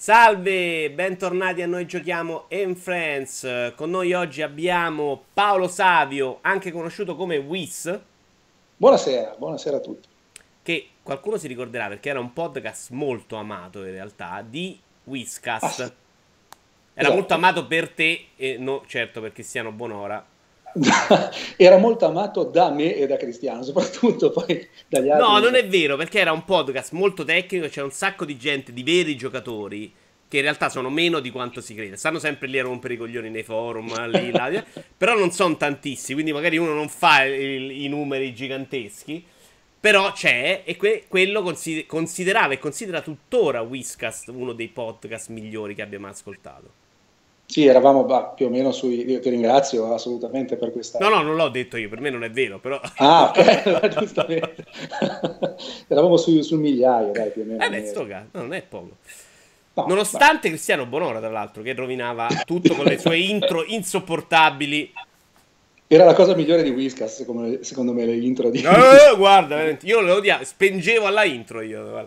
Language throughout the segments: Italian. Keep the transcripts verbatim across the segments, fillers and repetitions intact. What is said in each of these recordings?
Salve, bentornati a Noi Giochiamo and Friends. Con noi oggi abbiamo Paolo Savio, anche conosciuto come Whis, Buonasera, buonasera a tutti. che qualcuno si ricorderà perché era un podcast molto amato in realtà, di Ah, Whiscast. sì, Era molto esatto. amato per te e no, certo per Cristiano Bonora. Era molto amato da me e da Cristiano, soprattutto poi dagli altri No, non non so. è vero, perché era un podcast molto tecnico e c'era un sacco di gente, di veri giocatori, che in realtà sono meno di quanto si crede. Stanno sempre lì a rompere i coglioni nei forum, lì, là, eh, però non sono tantissimi, quindi magari uno non fa il- i numeri giganteschi, però c'è, e que- quello consi- considerava e considera tuttora Whiscast uno dei podcast migliori che abbia mai ascoltato. Sì, eravamo bah, più o meno sui. Io ti ringrazio assolutamente per No, questa. no, non l'ho detto io, per me non è vero, però... Ah, ok, allora, giustamente. Eravamo su- sul migliaio, dai, più o meno Eh a beh, mese. sto cazzo, no, non è poco. No, beh. Nonostante Cristiano Bonora, tra l'altro, che rovinava tutto con le sue intro insopportabili. Era la cosa migliore di Whiskas, secondo, secondo me, le intro di, di- Eh, guarda, veramente, io lo odiavo, spengevo alla intro io. Guarda.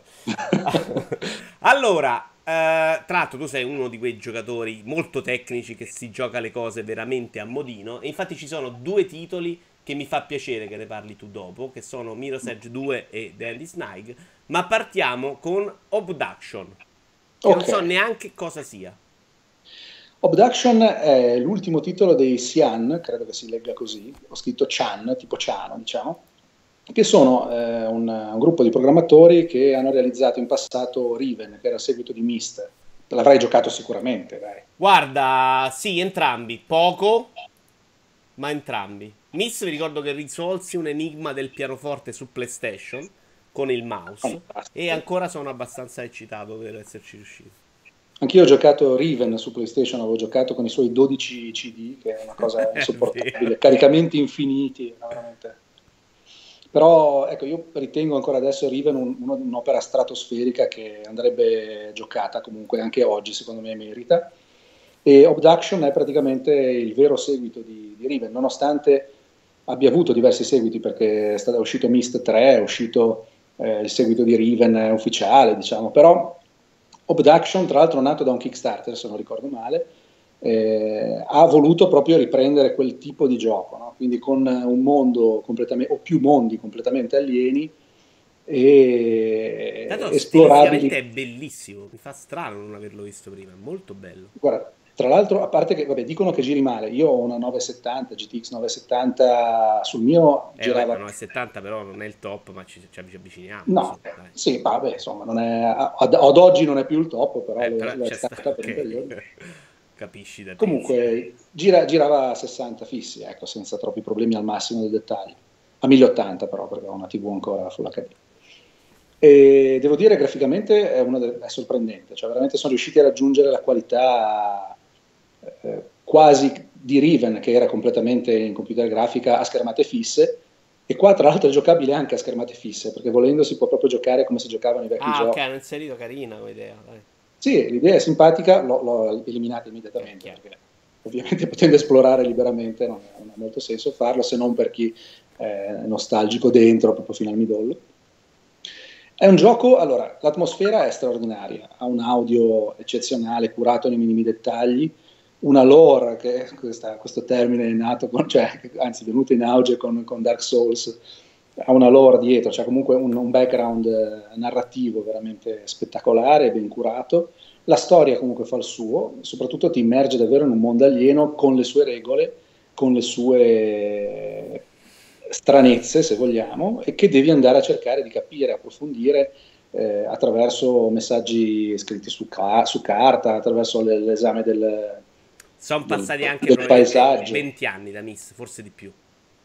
Allora, eh, tra l'altro tu sei uno di quei giocatori molto tecnici che si gioca le cose veramente a modino. E infatti ci sono due titoli che mi fa piacere che ne parli tu dopo, che sono Mirror's Edge due e The Endless Night. Ma partiamo con Obduction, che non Ok. so neanche cosa sia. Obduction è l'ultimo titolo dei Cyan, credo che si legga così, ho scritto Chan, tipo Ciano, diciamo, che sono eh, un, un gruppo di programmatori che hanno realizzato in passato Riven, che era il seguito di Myst. L'avrai giocato sicuramente, dai. Guarda, sì, entrambi. Poco, ma entrambi. Miss mi ricordo che risolsi un enigma del pianoforte su PlayStation con il mouse. E Fantastico. ancora sono abbastanza eccitato per esserci riuscito. Anch'io ho giocato Riven su PlayStation, avevo giocato con i suoi dodici C D, che è una cosa È vero. insopportabile, caricamenti infiniti, no, veramente. Però ecco, io ritengo ancora adesso Riven un- uno- un'opera stratosferica che andrebbe giocata comunque anche oggi, secondo me merita. E Obduction è praticamente il vero seguito di, di Riven, nonostante abbia avuto diversi seguiti, perché è stato è uscito Myst tre, è uscito eh, il seguito di Riven è ufficiale, diciamo, però Obduction, tra l'altro nato da un Kickstarter, se non ricordo male, eh, ha voluto proprio riprendere quel tipo di gioco, no? Quindi con un mondo completamente, o più mondi completamente alieni e Tanto stilisticamente esplorabili. è bellissimo. Mi fa strano non averlo visto prima. È molto bello. Guarda, tra l'altro, a parte che vabbè, dicono che giri male, io ho una novecentosettanta, G T X novecentosettanta, sul mio Eh vabbè, la girava. nove settanta però non è il top, ma ci, ci avviciniamo, No, su, dai. sì, vabbè, insomma, non è, ad, ad oggi non è più il top, però Eh, lo, però lo è c'è sta... stata per un periodo. Ok. Capisci da tesi. Comunque, gira- girava a sessanta fissi, ecco, senza troppi problemi al massimo del dettaglio. A mille ottanta però, perché ho una T V ancora Full H D. E devo dire, graficamente è, una delle- è sorprendente, cioè veramente sono riusciti a raggiungere la qualità eh, quasi di Riven, che era completamente in computer grafica a schermate fisse, e qua tra l'altro è giocabile anche a schermate fisse, perché volendo si può proprio giocare come si giocavano i vecchi Ah, ok, giochi. hanno inserito carina come idea, dai. Sì, l'idea è simpatica, l'ho, l'ho eliminata È immediatamente, chiaro. perché ovviamente potendo esplorare liberamente non, non ha molto senso farlo, se non per chi è nostalgico dentro, proprio fino al midollo. È un gioco, allora, l'atmosfera è straordinaria, ha un audio eccezionale, curato nei minimi dettagli, una lore, che è questa- questo termine è nato, con, cioè, anzi è venuto in auge con, con Dark Souls, ha una lore dietro, cioè comunque un, un background eh, narrativo veramente spettacolare, ben curato. La storia comunque fa il suo, soprattutto ti immerge davvero in un mondo alieno con le sue regole, con le sue stranezze, se vogliamo, e che devi andare a cercare di capire, approfondire eh, attraverso messaggi scritti su, ca- su carta, attraverso le- l'esame del, Sono del- passati anche del probabilmente paesaggio. venti anni da Miss, forse di più.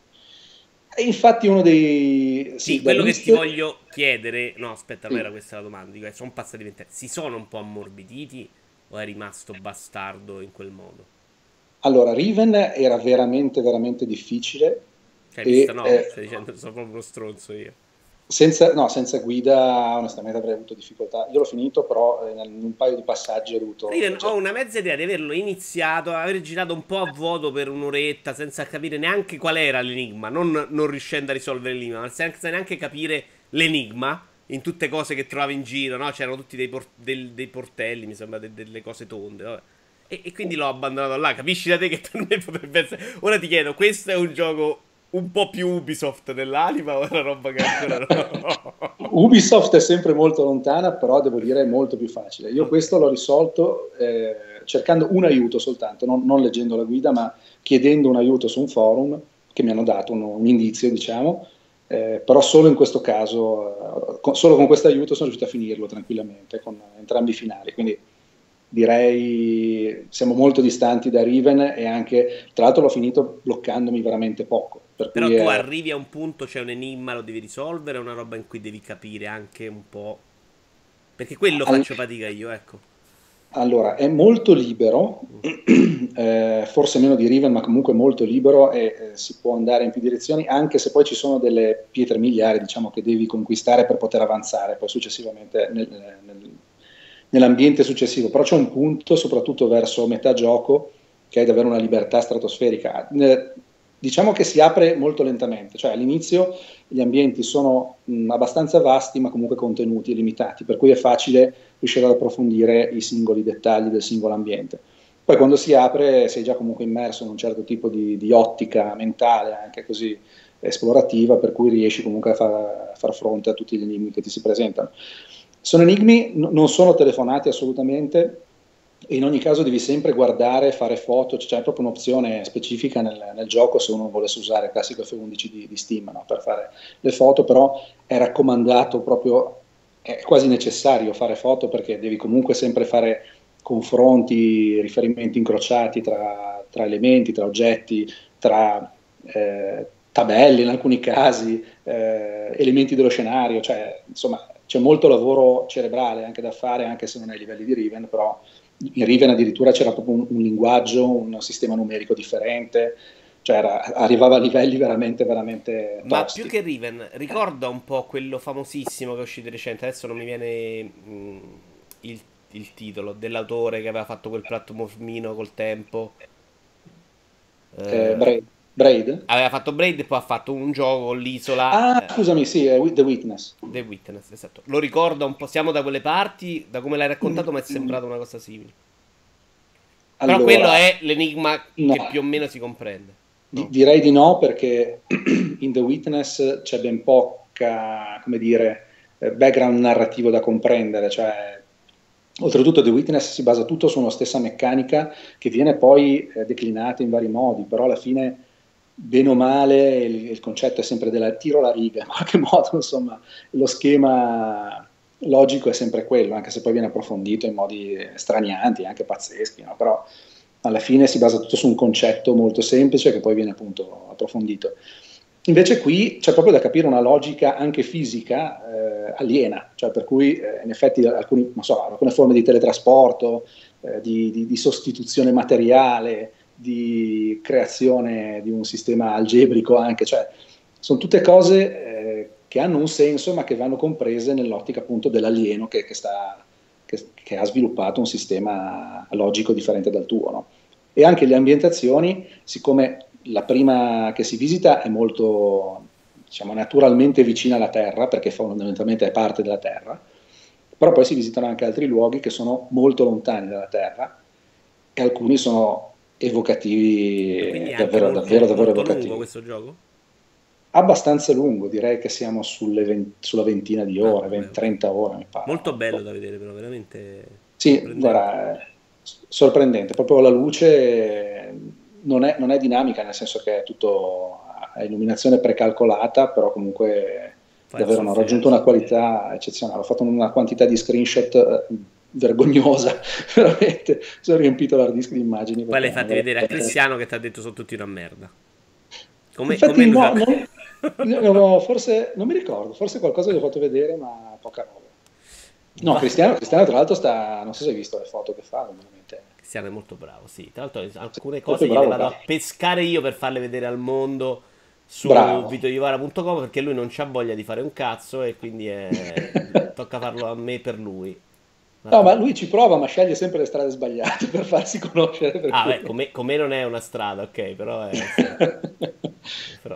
E infatti uno dei. Sì, Sì, da quello che ti Myst. voglio chiedere... No, aspetta, non era Sì. questa la domanda. Dico, sono passati venti anni. Si sono un po' ammorbiditi o è rimasto bastardo in quel modo? Allora, Riven era veramente, veramente difficile Cioè, Miss e no? eh, Stai dicendo che sono proprio uno stronzo io. senza, no, senza guida onestamente avrei avuto difficoltà. Io l'ho finito, però eh, in un paio di passaggi ho dovuto Riven, ho leggermente. una mezza idea di averlo iniziato, aver girato un po' a vuoto per un'oretta senza capire neanche qual era l'enigma, non, non riuscendo a risolvere l'enigma, ma senza neanche capire l'enigma. in tutte cose che trovavi in giro, no? C'erano tutti dei, por- del- dei portelli, mi sembra, de- delle cose tonde, vabbè. E, e quindi l'ho abbandonato là. Capisci da te che per me potrebbe essere. Ora ti chiedo, questo è un gioco un po' più Ubisoft nell'anima o è una roba che ancora no? Ubisoft è sempre molto lontana, però devo dire è molto più facile. Io Ok. questo l'ho risolto eh, cercando un aiuto soltanto, non, non leggendo la guida, ma chiedendo un aiuto su un forum che mi hanno dato un, un indizio, diciamo. Eh, però solo in questo caso, eh, con- solo con questo aiuto sono riuscito a finirlo tranquillamente, con entrambi i finali. Quindi direi siamo molto distanti da Riven e anche, tra l'altro l'ho finito bloccandomi veramente poco, per Però cui tu è, arrivi a un punto, c'è un enigma, lo devi risolvere, è una roba in cui devi capire anche un po'. Perché quello al- faccio fatica io, ecco. allora, è molto libero, eh, forse meno di Riven, ma comunque molto libero e eh, si può andare in più direzioni, anche se poi ci sono delle pietre miliari, diciamo, che devi conquistare per poter avanzare poi successivamente nel- nel- nell'ambiente successivo. Però c'è un punto, soprattutto verso metà gioco, che hai davvero una libertà stratosferica. Eh, diciamo che si apre molto lentamente, cioè all'inizio gli ambienti sono mh, abbastanza vasti, ma comunque contenuti e limitati, per cui è facile riuscire ad approfondire i singoli dettagli del singolo ambiente. Poi quando si apre sei già comunque immerso in un certo tipo di, di ottica mentale, anche così esplorativa, per cui riesci comunque a far, a far fronte a tutti gli enigmi che ti si presentano. Sono enigmi, n- non sono telefonati assolutamente, e in ogni caso devi sempre guardare, fare foto, c'è proprio un'opzione specifica nel, nel gioco se uno volesse usare il classico F undici di, di Steam, no? Per fare le foto, però è raccomandato proprio, è quasi necessario fare foto perché devi comunque sempre fare confronti, riferimenti incrociati tra, tra elementi, tra oggetti, tra eh, tabelle in alcuni casi, eh, elementi dello scenario, cioè insomma c'è molto lavoro cerebrale anche da fare, anche se non ai livelli di Riven, però in Riven addirittura c'era proprio un, un linguaggio, un sistema numerico differente, cioè era, arrivava a livelli veramente, veramente Ma più tosti. che Riven, ricorda un po' quello famosissimo che è uscito di recente. Adesso non mi viene mh, il, il titolo dell'autore che aveva fatto quel platformino col tempo. Eh, Eh, Braid, Braid? aveva fatto Braid e poi ha fatto un gioco con l'isola. Ah, eh, scusami, sì, è The Witness. The Witness, esatto. Lo ricorda un po'. Siamo da quelle parti, da come l'hai raccontato, mi è Mm, sembrata una cosa simile. Però quello Allora, è l'enigma no, che più o meno si comprende. di- No. direi di no perché in The Witness c'è ben poca, come dire, eh, background narrativo da comprendere, cioè oltretutto The Witness si basa tutto su una stessa meccanica che viene poi eh, declinata in vari modi, però alla fine, bene o male, il, il concetto è sempre della tiro la riga, in qualche modo, insomma, lo schema logico è sempre quello, anche se poi viene approfondito in modi stranianti, anche pazzeschi, no? Però alla fine si basa tutto su un concetto molto semplice che poi viene appunto approfondito. Invece qui c'è proprio da capire una logica anche fisica eh, aliena, cioè per cui eh, in effetti alcuni, non so, alcune forme di teletrasporto, eh, di, di, di sostituzione materiale, di creazione di un sistema algebrico anche, cioè sono tutte cose eh, che hanno un senso ma che vanno comprese nell'ottica appunto dell'alieno che, che, sta, che, che ha sviluppato un sistema logico differente dal tuo, no? E anche le ambientazioni, siccome la prima che si visita è molto, diciamo, naturalmente vicina alla Terra, perché fondamentalmente è parte della Terra, però poi si visitano anche altri luoghi che sono molto lontani dalla Terra e alcuni sono Ma quindi evocativi, è anche davvero, davvero, molto, davvero molto lungo evocativi. questo gioco? Abbastanza lungo, direi che siamo sulle venti sulla ventina di Ah, ore, vabbè, venti, ok. trenta ore mi pare. Molto No? bello da vedere, però, veramente Sì, sorprendente. guarda, è sorprendente, proprio la luce eh, non è, non è dinamica, nel senso che è tutto a illuminazione precalcolata, però comunque Fa il davvero suo hanno raggiunto effetto. una qualità eccezionale. Ho fatto una quantità di screenshot eh, vergognosa, veramente. Sono riempito l'hard disk di immagini Poi perché l'hai è una fatti roba vedere a veramente- Cristiano che ti ha detto sono tutti una merda. Come, come Infatti lui fa... no, non, no, forse non mi ricordo, forse qualcosa vi ho fatto vedere, ma poca roba. No, Va. Cristiano, Cristiano tra l'altro sta, non so se hai visto le foto che fa, veramente Cristiano è molto bravo, sì. Tra l'altro alcune cose proprio gliele bravo, vado a bravo. pescare io per farle vedere al mondo su Bravo. videoivara punto com perché lui non c'ha voglia di fare un cazzo e quindi è... tocca farlo a me per lui. Un No, ma attimo. lui ci prova, ma sceglie sempre le strade sbagliate per farsi conoscere, per Ah, beh, cui... come, come non è una strada, ok, però è... Sì. Però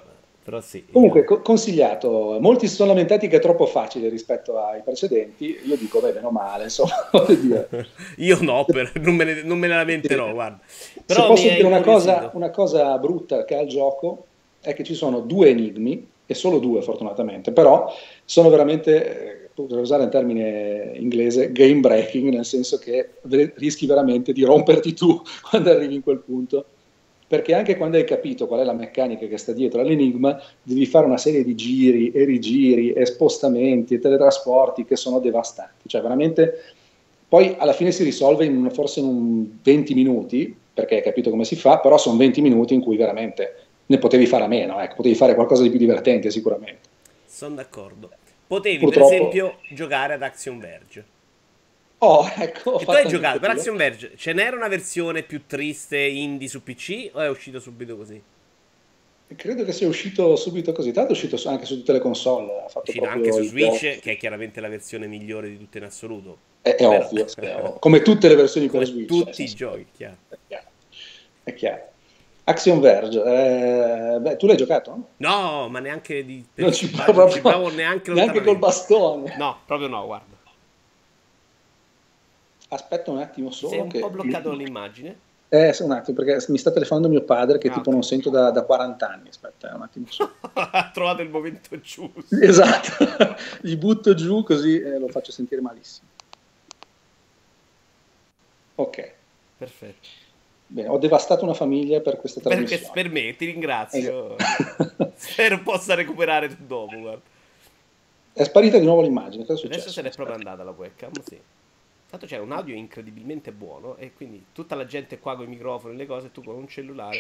Però sì, Comunque, io... co- consigliato. Molti si sono lamentati che è troppo facile rispetto ai precedenti. Io dico, beh, meno male, insomma, voglio dire. Io no, Se, per- non me ne, non me ne lamenterò, se- guarda. se Però mi posso è dire una cosa, incuriosito. una cosa brutta che ha il gioco, è che ci sono due enigmi, e solo due fortunatamente, però sono veramente, eh, per usare un termine inglese, game breaking, nel senso che ve- rischi veramente di romperti tu quando arrivi in quel punto. Perché anche quando hai capito qual è la meccanica che sta dietro all'enigma, devi fare una serie di giri e rigiri e spostamenti e teletrasporti che sono devastanti. Cioè, veramente, poi alla fine si risolve in un- forse in un venti minuti, perché hai capito come si fa, però sono venti minuti in cui veramente ne potevi fare a meno, ecco, potevi fare qualcosa di più divertente sicuramente. Sono d'accordo. Potevi, per Purtroppo, esempio, giocare ad Action Verge. oh, ecco, ho Che tu hai fatto anche giocato per quello. Action Verge. Ce n'era una versione più triste indie su P C o è uscito subito così? Credo che sia uscito subito così, tanto è uscito su- anche su tutte le console, ha fatto Uscito anche proprio su il Switch, port. che è chiaramente la versione migliore di tutte in assoluto. È, è Però, ovvio, è ovvio. Come tutte le versioni per come Switch, tutti i essenzialmente. giochi, chiaro. È chiaro. È chiaro. Axiom Verge, eh, beh, tu l'hai giocato? No, ma neanche di, per Non ci sbaglio, provo non ci proprio, provo neanche neanche col lontanamente. bastone. No, proprio no, guarda. Aspetta un attimo Ti sei solo un po' che... bloccato nell'immagine? Eh, un attimo, perché mi sta telefonando mio padre che Ah, tipo ok. non sento da, da quaranta anni. Aspetta, eh, un attimo solo. Ha trovato il momento giusto. Esatto, gli butto giù così eh, lo faccio sentire malissimo. Ok, Perfetto. bene, ho devastato una famiglia per questa Perché trasmissione. per me, ti ringrazio. Esatto. Spero possa recuperare tu dopo, guarda. È sparita di nuovo l'immagine, cosa è Adesso se successo? n'è proprio Aspetta. andata la webcam, sì. Tanto c'è un audio incredibilmente buono e quindi tutta la gente qua con i microfoni e le cose, tu con un cellulare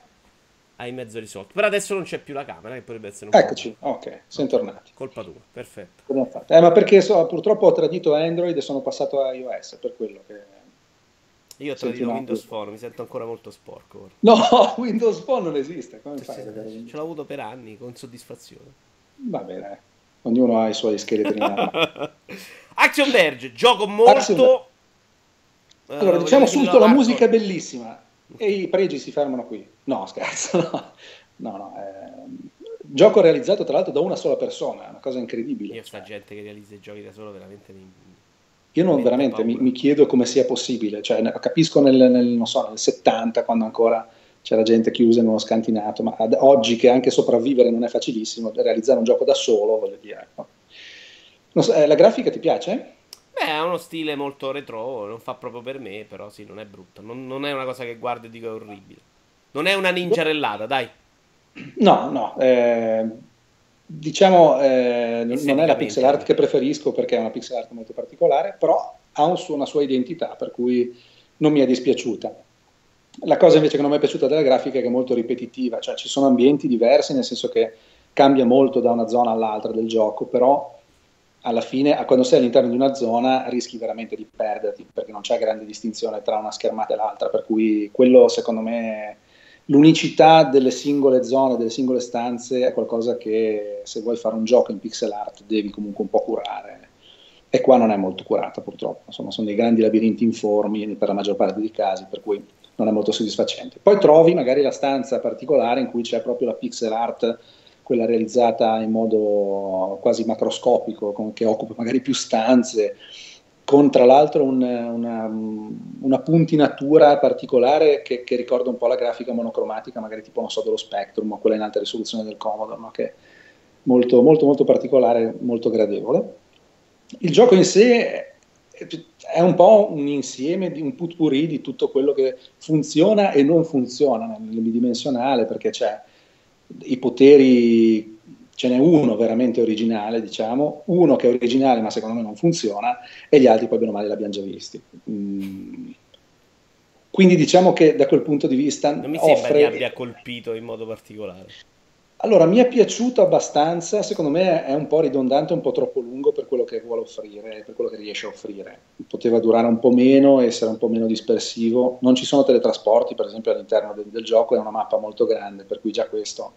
hai mezzo risolto. Però adesso non c'è più la camera, che potrebbe essere un problema. Eccoci, ok, siamo Ok, tornati. colpa tua, perfetto. Cosa abbiamo fatto? Eh, ma perché so- purtroppo ho tradito Android e sono passato a iOS, per quello che Io ho senti tradito un Windows audio. Phone, mi sento ancora molto sporco ora. No, Windows Phone non esiste, come Sì, fai sì, ad avere ce Windows l'ho Phone? avuto per anni con soddisfazione. Va bene, eh. Ognuno ha i suoi scheletri nella mano. Action Verge, gioco Axiom Verge. molto. Allora, eh, vogliamo diciamo definirlo subito, la musica hardcore. è bellissima e Ok. i pregi si fermano qui. No, scherzo, no. No, no, eh, gioco realizzato tra l'altro da una sola persona, è una cosa incredibile. Io sta Cioè, gente che realizza i giochi da solo veramente mi, io mi non mette veramente mi, paura. mi chiedo come sia possibile, cioè, ne- capisco nel, nel, non so, nel settanta, quando ancora c'era gente chiusa in uno scantinato, ma ad oggi che anche sopravvivere non è facilissimo, realizzare un gioco da solo, voglio dire. Ecco. Non so, eh, la grafica ti piace? Beh, ha uno stile molto retro, non fa proprio per me, però sì, non è brutto. Non, non è una cosa che guardo e dico è orribile. Non è una ninjarellata, dai, No, no, eh, diciamo eh, non è la pixel esteticamente art almeno. che preferisco perché è una pixel art molto particolare, però ha un suo- una sua identità, per cui non mi è dispiaciuta. La cosa invece che non mi è piaciuta della grafica è che è molto ripetitiva, cioè ci sono ambienti diversi, nel senso che cambia molto da una zona all'altra del gioco, però alla fine, a- quando sei all'interno di una zona, rischi veramente di perderti, perché non c'è grande distinzione tra una schermata e l'altra, per cui quello secondo me l'unicità delle singole zone, delle singole stanze è qualcosa che se vuoi fare un gioco in pixel art devi comunque un po' curare. E qua non è molto curata purtroppo, insomma sono dei grandi labirinti informi per la maggior parte dei casi, per cui non è molto soddisfacente. Poi trovi magari la stanza particolare in cui c'è proprio la pixel art, quella realizzata in modo quasi macroscopico, con, che occupa magari più stanze, con tra l'altro un, una, una puntinatura particolare che, che, ricorda un po' la grafica monocromatica, magari tipo, non so, dello Spectrum o quella in alta risoluzione del Commodore, no? Che è molto, molto, molto particolare, molto gradevole. Il gioco in sé è un po' un insieme, di un putpurri di tutto quello che funziona e non funziona nel bidimensionale, perché c'è i poteri, ce n'è uno veramente originale, diciamo, uno che è originale ma secondo me non funziona, e gli altri poi bene o male li abbiamo già visti. Mm. Quindi diciamo che da quel punto di vista Non mi sembra ti offre... abbia colpito in modo particolare. Allora, mi è piaciuto abbastanza, secondo me è un po' ridondante, un po' troppo lungo per quello che vuole offrire, per quello che riesce a offrire. Poteva durare un po' meno, essere un po' meno dispersivo. Non ci sono teletrasporti, per esempio, all'interno del, del gioco, è una mappa molto grande, per cui già questo...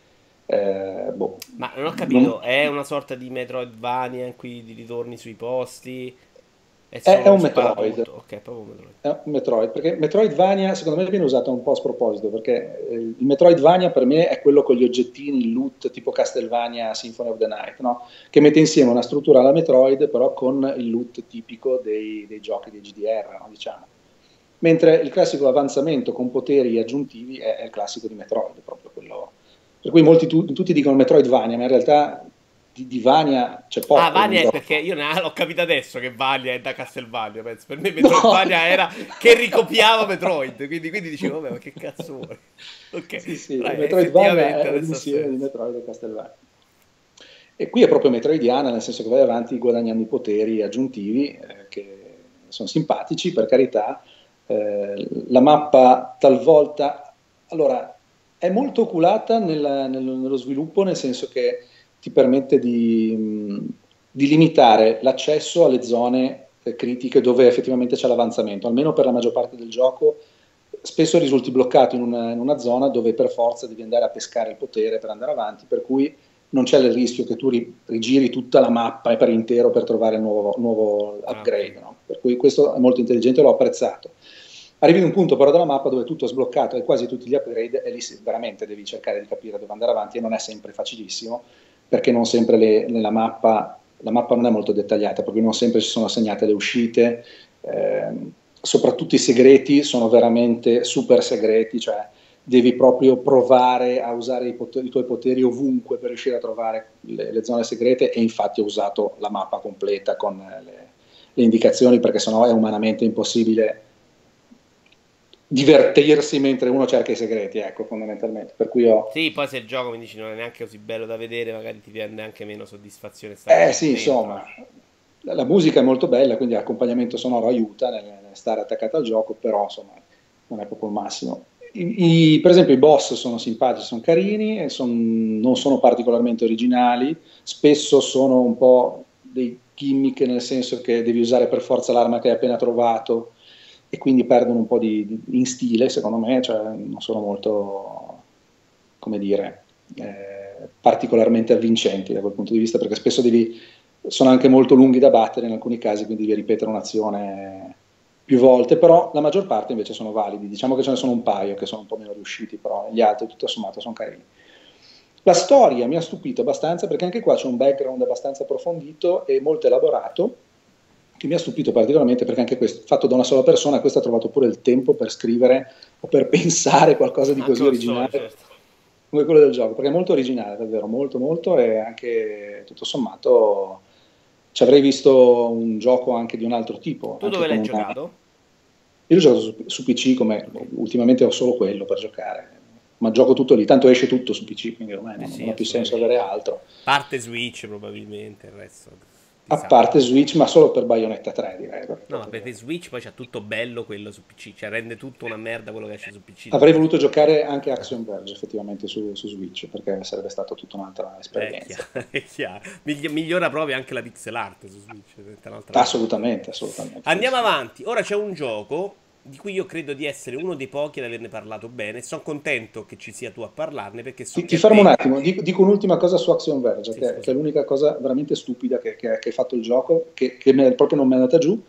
Eh, boh, Ma non ho non- capito, è una sorta di Metroidvania in cui ti ritorni sui posti. È È, è solo un Metroid. sparatutto. Ok, proprio un Metroid. È un Metroid, perché Metroidvania secondo me viene usato un po' a sproposito, perché eh, il Metroidvania per me è quello con gli oggettini, il loot tipo Castlevania Symphony of the Night, no? Che mette insieme una struttura alla Metroid però con il loot tipico dei, dei giochi di G D R, no? Diciamo. Mentre il classico avanzamento con poteri aggiuntivi è, è il classico di Metroid, proprio quello. Per cui molti tu- tutti dicono Metroidvania, ma in realtà di, di Vania c'è Ah, poco nel Vania è perché gioco. io ne l'ho capito adesso che Vania è da Castlevania, penso. Per me No! Metroidvania era che ricopiava Metroid, quindi, quindi dicevo, vabbè, ma che cazzo vuoi? Sì, Ok, sì, però il eh, Metroidvania effettivamente è, è adesso ha l'insieme di senso. Metroid e Castlevania. E qui è proprio metroidiana, nel senso che vai avanti guadagnando i poteri aggiuntivi, eh, che sono simpatici, per carità. Eh, la mappa talvolta, allora, è molto oculata nella- nel- nello sviluppo, nel senso che ti permette di, mh, di limitare l'accesso alle zone eh, critiche dove effettivamente c'è l'avanzamento, almeno per la maggior parte del gioco. Spesso risulti bloccato in una, in una zona dove per forza devi andare a pescare il potere per andare avanti, per cui non c'è il rischio che tu ri- rigiri tutta la mappa e per intero per trovare il nuovo, nuovo Ah, ok. upgrade, no? Per cui questo è molto intelligente, l'ho apprezzato. Arrivi ad un punto però della mappa dove tutto è sbloccato e quasi tutti gli upgrade e lì sì, veramente devi cercare di capire dove andare avanti e non è sempre facilissimo perché non sempre le, nella mappa, la mappa non è molto dettagliata, perché non sempre ci sono assegnate le uscite, ehm, soprattutto i segreti sono veramente super segreti, cioè devi proprio provare a usare i, pot- i tuoi poteri ovunque per riuscire a trovare le, le zone segrete e infatti ho usato la mappa completa con eh, le, le indicazioni perché sennò è umanamente impossibile divertirsi mentre uno cerca i segreti, ecco, fondamentalmente. Per cui ho, Sì, poi se il gioco mi dici non è neanche così bello da vedere, magari ti rende anche meno soddisfazione eh starci sì, dentro. insomma, la, la musica è molto bella, quindi l'accompagnamento sonoro aiuta nel, nel stare attaccato al gioco, però insomma non è proprio il massimo. I, i- per esempio i boss sono simpatici, sono carini, e son- non sono particolarmente originali, spesso sono un po' dei gimmick nel senso che devi usare per forza l'arma che hai appena trovato e quindi perdono un po' di, di- in stile, secondo me, cioè non sono molto, come dire, eh, particolarmente avvincenti da quel punto di vista, perché spesso devi, sono anche molto lunghi da battere in alcuni casi, quindi devi ripetere un'azione più volte, però la maggior parte invece sono validi. Diciamo che ce ne sono un paio che sono un po' meno riusciti, però gli altri tutto sommato sono carini. La storia mi ha stupito abbastanza perché anche qua c'è un background abbastanza approfondito e molto elaborato, che mi ha stupito particolarmente perché anche questo, fatto da una sola persona, questo ha trovato pure il tempo per scrivere o per pensare qualcosa di Anche così una storia, originale certo. come quello del gioco, perché è molto originale, davvero, molto, molto, e anche tutto sommato ci avrei visto un gioco anche di un altro tipo, Tu anche dove con l'hai una. giocato? Io ho giocato su, su P C, come Ok. ultimamente ho solo quello per giocare, ma gioco tutto lì, tanto esce tutto su P C, quindi ormai Sì, non, non sì, ha più senso avere assolutamente. altro. Parte Switch probabilmente, il resto ti A salva. parte Switch, ma solo per Bayonetta tre, direi, perché No, ma perché proprio. Switch poi c'ha tutto bello quello su P C, cioè rende tutto una merda quello che esce su P C, Avrei diventa. voluto giocare anche Axiom Verge effettivamente su, su Switch, perché sarebbe stata tutta un'altra È esperienza. chiaro, è chiaro. Migli- migliora proprio anche la pixel art su Switch, diventa un'altra roba. Assolutamente, assolutamente, sì, Andiamo sì. avanti. Ora c'è un gioco di cui io credo di essere uno dei pochi ad averne parlato bene. Sono contento che ci sia tu a parlarne perché so Ti, che ti a fermo un te. attimo, dico, dico un'ultima cosa su Axiom Verge, Sì, che, che è scusami. l'unica cosa veramente stupida che, che, che ha fatto il gioco, che, che me- proprio non mi è andata giù.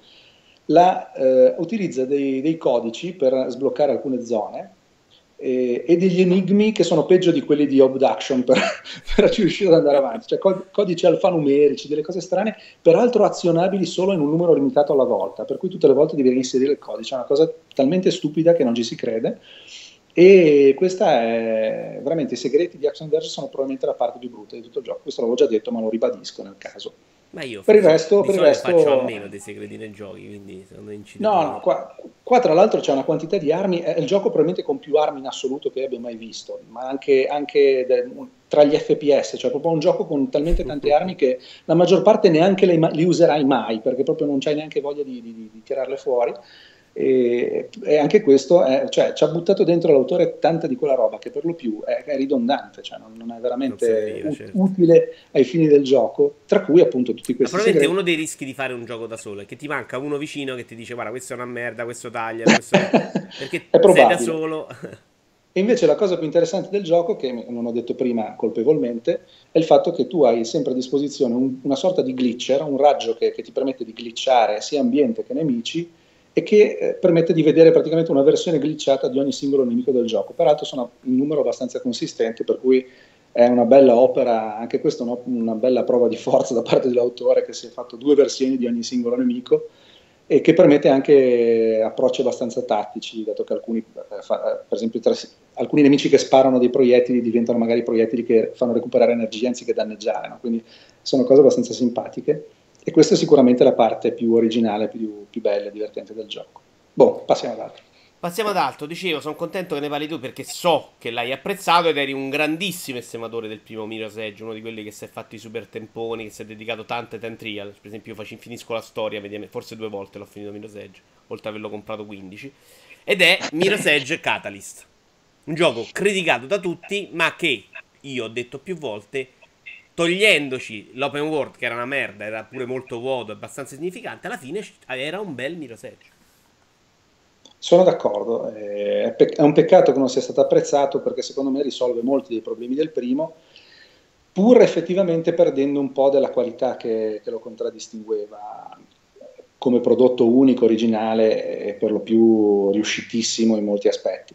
La, eh, utilizza dei, dei codici per sbloccare alcune zone e, e degli enigmi che sono peggio di quelli di Obduction per, per riuscire ad andare avanti, cioè co- codici alfanumerici, delle cose strane, peraltro azionabili solo in un numero limitato alla volta, per cui tutte le volte devi reinserire il codice, è una cosa talmente stupida che non ci si crede. E questa è veramente i segreti di Action Verge sono probabilmente la parte più brutta di tutto il gioco. Questo l'avevo già detto, ma lo ribadisco nel caso. Ma io Per il faccio. resto, Di per il solito faccio a resto meno dei segreti nei giochi, quindi secondo me incide no, poco. no, qua, qua tra l'altro c'è una quantità di armi, è il gioco probabilmente con più armi in assoluto che abbia mai visto, ma anche, anche de- tra gli F P S, cioè proprio un gioco con talmente tante armi che la maggior parte neanche le, li userai mai, perché proprio non c'hai neanche voglia di, di- di tirarle fuori. E, e anche questo è- cioè, ci ha buttato dentro l'autore tanta di quella roba che per lo più è, è ridondante, cioè non, non è Non veramente serviva, ut- certo. utile ai fini del gioco, tra cui appunto tutti Ma questi probabilmente segreti. uno dei rischi di fare un gioco da solo è che ti manca uno vicino che ti dice guarda, questo è una merda, questo taglialo, questo. Perché È sei da probabile. solo. E invece la cosa più interessante del gioco, che non ho detto prima colpevolmente, è il fatto che tu hai sempre a disposizione un, una sorta di glitcher, un raggio che, che ti permette di glitchare sia ambiente che nemici e che eh, permette di vedere praticamente una versione glitchata di ogni singolo nemico del gioco. Peraltro sono in numero abbastanza consistente, per cui è una bella opera, anche questa è una, una bella prova di forza da parte dell'autore, che si è fatto due versioni di ogni singolo nemico e che permette anche approcci abbastanza tattici, dato che alcuni, eh, fa, eh, per esempio, tra, alcuni nemici che sparano dei proiettili diventano magari proiettili che fanno recuperare energia anziché danneggiare, no? Quindi sono cose abbastanza simpatiche e questa è sicuramente la parte più originale, più, più bella e divertente del gioco. Boh, passiamo ad altro. Passiamo ad altro, dicevo, sono contento che ne parli tu perché so che l'hai apprezzato ed eri un grandissimo estimatore del primo Mirror's Edge, uno di quelli che si è fatto i super temponi, che si è dedicato tante time trial. Per esempio io faccio, finisco la storia, forse due volte l'ho finito Mirror's Edge, oltre ad averlo comprato quindici. Ed è Mirror's Edge Catalyst, un gioco criticato da tutti, ma che io ho detto più volte, togliendoci l'open world che era una merda, era pure molto vuoto, abbastanza insignificante, alla fine era un bel Mirror's Edge. Sono d'accordo, è, è un peccato che non sia stato apprezzato perché secondo me risolve molti dei problemi del primo, pur effettivamente perdendo un po' della qualità che, che lo contraddistingueva come prodotto unico, originale e per lo più riuscitissimo in molti aspetti.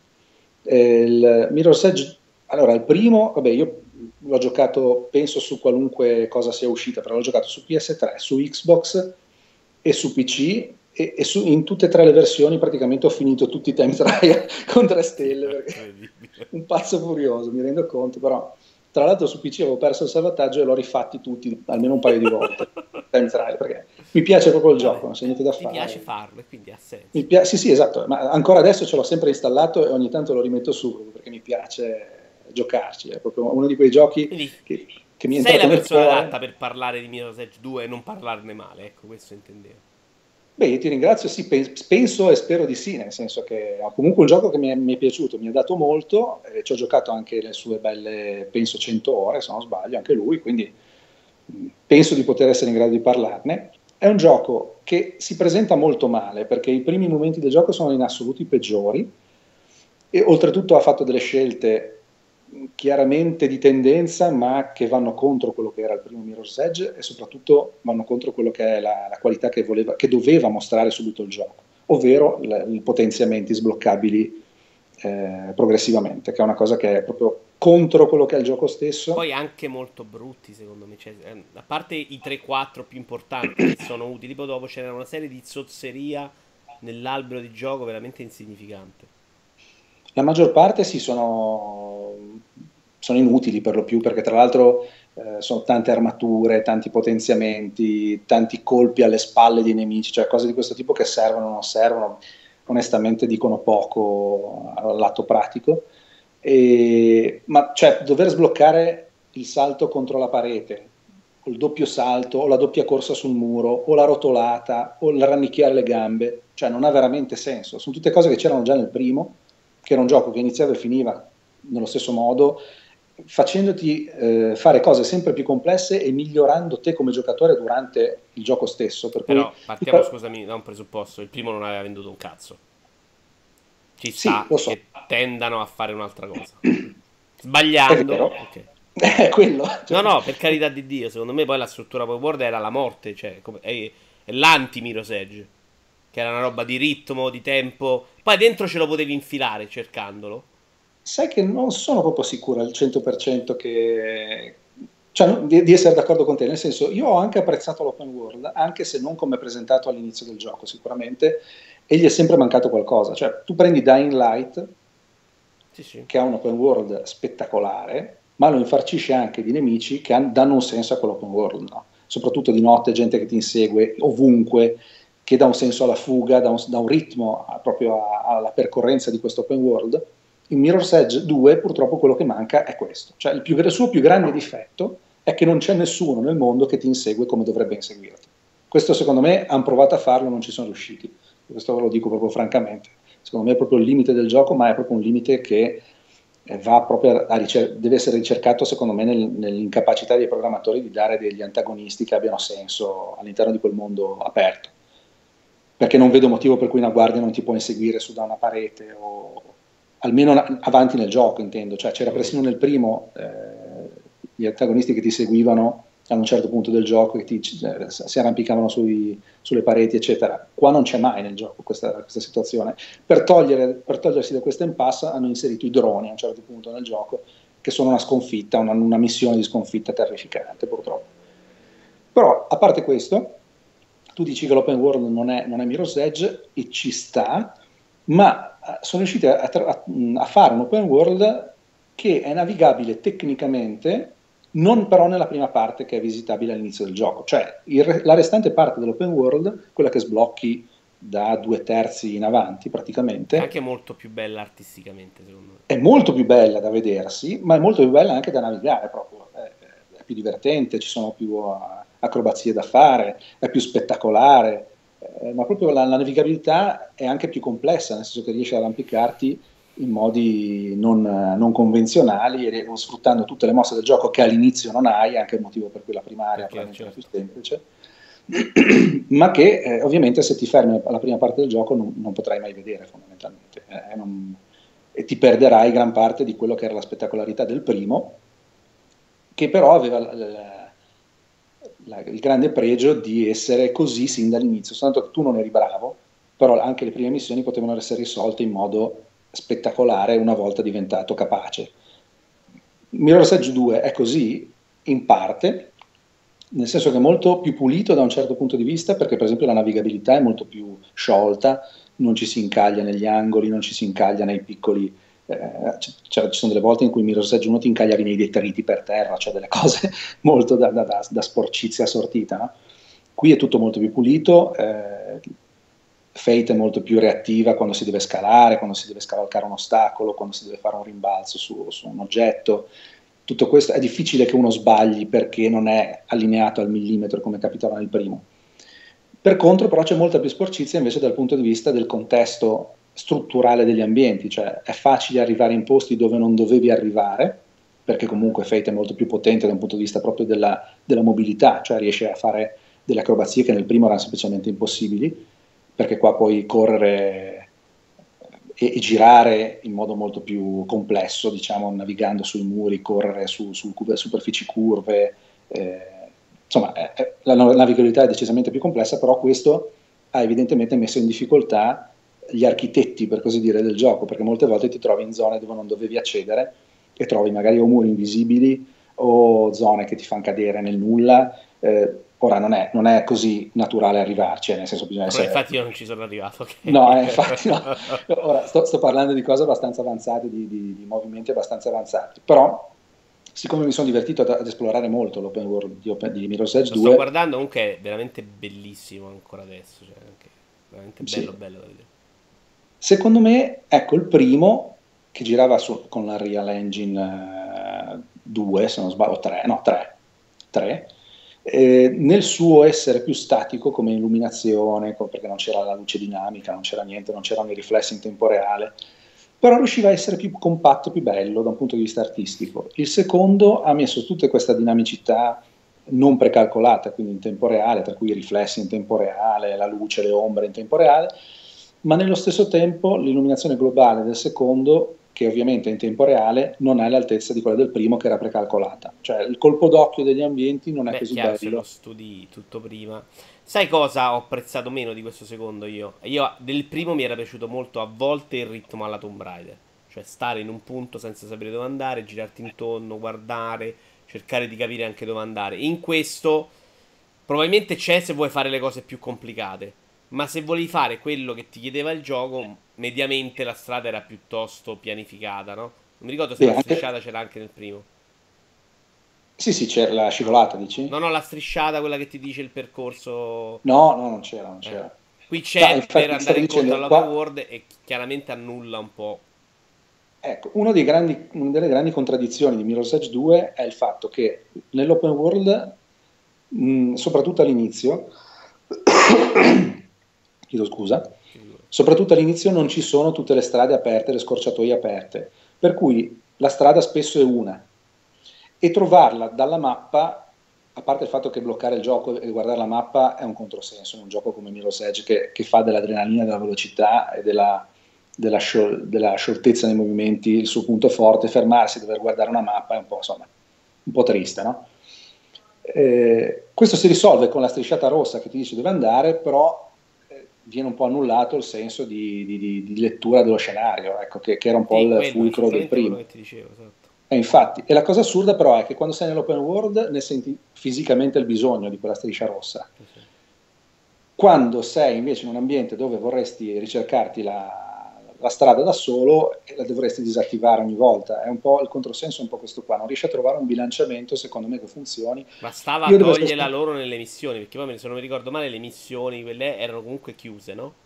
Il Mirror's Edge, allora il primo, vabbè io l'ho giocato penso su qualunque cosa sia uscita, però l'ho giocato su P S tre, su Xbox e su P C e, e su, in tutte e tre le versioni praticamente ho finito tutti i time trial con tre stelle, perché un pazzo furioso, mi rendo conto, però tra l'altro su P C avevo perso il salvataggio e l'ho rifatti tutti almeno un paio di volte time trial, perché mi piace proprio il Vabbè, gioco, non c'è niente da ti fare. Mi piace farlo e quindi ha senso. Mi pi- sì, sì, esatto, ma ancora adesso ce l'ho sempre installato e ogni tanto lo rimetto su perché mi piace giocarci, è proprio uno di quei giochi Quindi che, che mi è sei la entrato nel persona cuore. adatta per parlare di Mirror's Edge due e non parlarne male, ecco, questo intendevo. Beh, io ti ringrazio, sì, penso e spero di sì, nel senso che è comunque un gioco che mi è, mi è piaciuto, mi ha dato molto, eh, ci ho giocato anche le sue belle, penso, cento ore, se non sbaglio, anche lui, quindi mh, penso di poter essere in grado di parlarne. È un gioco che si presenta molto male, perché i primi momenti del gioco sono in assoluto i peggiori, e oltretutto ha fatto delle scelte chiaramente di tendenza, ma che vanno contro quello che era il primo Mirror's Edge e soprattutto vanno contro quello che è la, la qualità che, voleva, che doveva mostrare subito il gioco, ovvero i potenziamenti sbloccabili eh, progressivamente, che è una cosa che è proprio contro quello che è il gioco stesso. Poi anche molto brutti, secondo me. Cioè, eh, a parte i tre quattro più importanti che sono utili, poi dopo c'era una serie di zozzeria nell'albero di gioco veramente insignificante. La maggior parte sì, sono, sono inutili per lo più, perché tra l'altro eh, sono tante armature, tanti potenziamenti, tanti colpi alle spalle dei nemici, cioè cose di questo tipo che servono o non servono, onestamente dicono poco al lato pratico. E, ma cioè, dover sbloccare il salto contro la parete, o il doppio salto, o la doppia corsa sul muro, o la rotolata, o il rannicchiare le gambe, cioè non ha veramente senso. Sono tutte cose che c'erano già nel primo, che era un gioco che iniziava e finiva nello stesso modo, facendoti eh, fare cose sempre più complesse e migliorando te come giocatore durante il gioco stesso. Per cui, Però partiamo, scusami, da un presupposto. Il primo non aveva venduto un cazzo. Ci sì, sta lo so, che tendano a fare un'altra cosa. è Sbagliando. vero, Ok. è quello. No, no, per carità di Dio, secondo me poi la struttura open world era la morte, cioè come- è, è l'anti-Mirror's Edge, che era una roba di ritmo, di tempo. Poi dentro ce lo potevi infilare cercandolo. Sai che non sono proprio sicuro al cento per cento che... Cioè, no, di, di essere d'accordo con te, nel senso, io ho anche apprezzato l'open world, anche se non come presentato all'inizio del gioco, sicuramente, e gli è sempre mancato qualcosa. Cioè, tu prendi Dying Light, Sì, sì. che ha un open world spettacolare, ma lo infarcisce anche di nemici che han- danno un senso a quell'open world, no? Soprattutto di notte, gente che ti insegue ovunque, che dà un senso alla fuga, dà un, dà un ritmo a- proprio a- alla percorrenza di questo open world. In Mirror's Edge due purtroppo quello che manca è questo, cioè il, più, il suo più grande difetto è che non c'è nessuno nel mondo che ti insegue come dovrebbe inseguirti. Questo secondo me hanno provato a farlo, non ci sono riusciti, questo ve lo dico proprio francamente. Secondo me è proprio il limite del gioco, ma è proprio un limite che eh, va proprio a ricer- deve essere ricercato secondo me nel- nell'incapacità dei programmatori di dare degli antagonisti che abbiano senso all'interno di quel mondo aperto, perché non vedo motivo per cui una guardia non ti può inseguire su da una parete o almeno avanti nel gioco, intendo, cioè c'era persino nel primo eh, gli antagonisti che ti seguivano a un certo punto del gioco, che ti, eh, si arrampicavano sui, sulle pareti, eccetera. Qua non c'è mai nel gioco questa, questa situazione. Per, togliere, per togliersi da questa impasse hanno inserito i droni a un certo punto nel gioco, che sono una sconfitta, una, una missione di sconfitta terrificante, purtroppo. Però, a parte questo, tu dici che l'open world non è, non è Mirror's Edge, e ci sta, ma sono riusciti a, a, a fare un open world che è navigabile tecnicamente, non però nella prima parte che è visitabile all'inizio del gioco. Cioè il, la restante parte dell'open world, quella che sblocchi da due terzi in avanti praticamente, è anche molto più bella artisticamente, secondo me. È molto più bella da vedersi, ma è molto più bella anche da navigare proprio. È, è più divertente, ci sono più uh, acrobazie da fare, è più spettacolare, eh, ma proprio la, la navigabilità è anche più complessa, nel senso che riesci ad arrampicarti in modi non, non convenzionali, e sfruttando tutte le mosse del gioco che all'inizio non hai, anche il motivo per cui la prima area probabilmente certo. è più semplice, ma che eh, ovviamente se ti fermi alla prima parte del gioco non, non potrai mai vedere fondamentalmente, eh, non, e ti perderai gran parte di quello che era la spettacolarità del primo, che però aveva la, la, la, il grande pregio di essere così sin dall'inizio, soltanto che tu non eri bravo, però anche le prime missioni potevano essere risolte in modo spettacolare una volta diventato capace. Mirror's Edge due è così in parte, nel senso che è molto più pulito da un certo punto di vista, perché per esempio la navigabilità è molto più sciolta, non ci si incaglia negli angoli, non ci si incaglia nei piccoli, eh, cioè, ci sono delle volte in cui Mirror's Edge uno ti incagliavi nei detriti per terra, cioè delle cose molto da, da, da, da sporcizia sortita, no? Qui è tutto molto più pulito, eh, Fate è molto più reattiva quando si deve scalare, quando si deve scavalcare un ostacolo, quando si deve fare un rimbalzo su, su un oggetto. Tutto questo è difficile che uno sbagli perché non è allineato al millimetro come capitava nel primo. Per contro però c'è molta più sporcizia invece dal punto di vista del contesto strutturale degli ambienti, cioè è facile arrivare in posti dove non dovevi arrivare, perché comunque Fate è molto più potente da un punto di vista proprio della, della mobilità, cioè riesce a fare delle acrobazie che nel primo erano semplicemente impossibili, perché qua puoi correre e, e girare in modo molto più complesso, diciamo, navigando sui muri, correre su, su superfici curve, eh, insomma, eh, la navigabilità è decisamente più complessa, però questo ha evidentemente messo in difficoltà gli architetti, per così dire, del gioco, perché molte volte ti trovi in zone dove non dovevi accedere e trovi magari o muri invisibili o zone che ti fanno cadere nel nulla. Eh, ora non è, non è così naturale arrivarci, nel senso bisogna essere... Infatti io non ci sono arrivato. Okay. No, eh, infatti no. Ora sto, sto parlando di cose abbastanza avanzate, di, di, di movimenti abbastanza avanzati, però siccome mi sono divertito ad, ad esplorare molto l'open world di, open, di Mirror's Edge Lo due... sto guardando, comunque è veramente bellissimo ancora adesso, cioè anche veramente bello sì. bello da vedere. Secondo me, ecco, il primo che girava su, con la Real Engine uh, due, se non sbaglio, tre, no, tre, tre eh, nel suo essere più statico come illuminazione, perché non c'era la luce dinamica, non c'era niente, non c'erano i riflessi in tempo reale, però riusciva a essere più compatto, più bello da un punto di vista artistico. Il secondo ha messo tutta questa dinamicità non precalcolata, quindi in tempo reale, tra cui i riflessi in tempo reale, la luce, le ombre in tempo reale, ma nello stesso tempo l'illuminazione globale del secondo, che ovviamente in tempo reale non è all'altezza di quella del primo che era precalcolata, cioè il colpo d'occhio degli ambienti non è Beh, così chiaro, bello. se lo studi tutto prima. Sai cosa ho apprezzato meno di questo secondo io? Io del primo mi era piaciuto molto a volte il ritmo alla Tomb Raider, cioè stare in un punto senza sapere dove andare, girarti intorno, guardare, cercare di capire anche dove andare. In questo probabilmente c'è se vuoi fare le cose più complicate, ma se volevi fare quello che ti chiedeva il gioco, mediamente la strada era piuttosto pianificata, no? Non mi ricordo se Sì, la anche... strisciata c'era anche nel primo. sì, sì, c'era la scivolata, dici? No, no, la strisciata, quella che ti dice il percorso. No, no, non c'era, non Eh. c'era. Qui No, c'è per infatti andare stavo incontro dicendo, all'open qua, world e chiaramente annulla un po'. ecco, uno dei grandi, una delle grandi contraddizioni di Mirror's Edge due è il fatto che nell'open world, mh, soprattutto all'inizio, chiedo scusa, soprattutto all'inizio non ci sono tutte le strade aperte, le scorciatoie aperte, per cui la strada spesso è una, e trovarla dalla mappa, a parte il fatto che bloccare il gioco e guardare la mappa è un controsenso in un gioco come Mirror's Edge che, che fa dell'adrenalina, della velocità e della, della, sciol- della scioltezza nei movimenti il suo punto forte, fermarsi, dover guardare una mappa è un po', insomma, un po' triste, no? Eh, questo si risolve con la strisciata rossa che ti dice dove andare, però eh, viene un po' annullato il senso di, di- di- di lettura dello scenario, ecco, che, che era un po' Sì, il quello, fulcro del esattamente quello primo. che ti dicevo, esatto. E infatti, e la cosa assurda però è che quando sei nell'open world ne senti fisicamente il bisogno di quella striscia rossa. Sì, sì. Quando sei invece in un ambiente dove vorresti ricercarti la, la strada da solo, la dovresti disattivare ogni volta. È un po' il controsenso, è un po' questo qua. Non riesci a trovare un bilanciamento, secondo me, che funzioni. Bastava Io dove sto toglierla sta- loro nelle missioni, perché poi se non mi ricordo male le missioni, quelle erano comunque chiuse, no?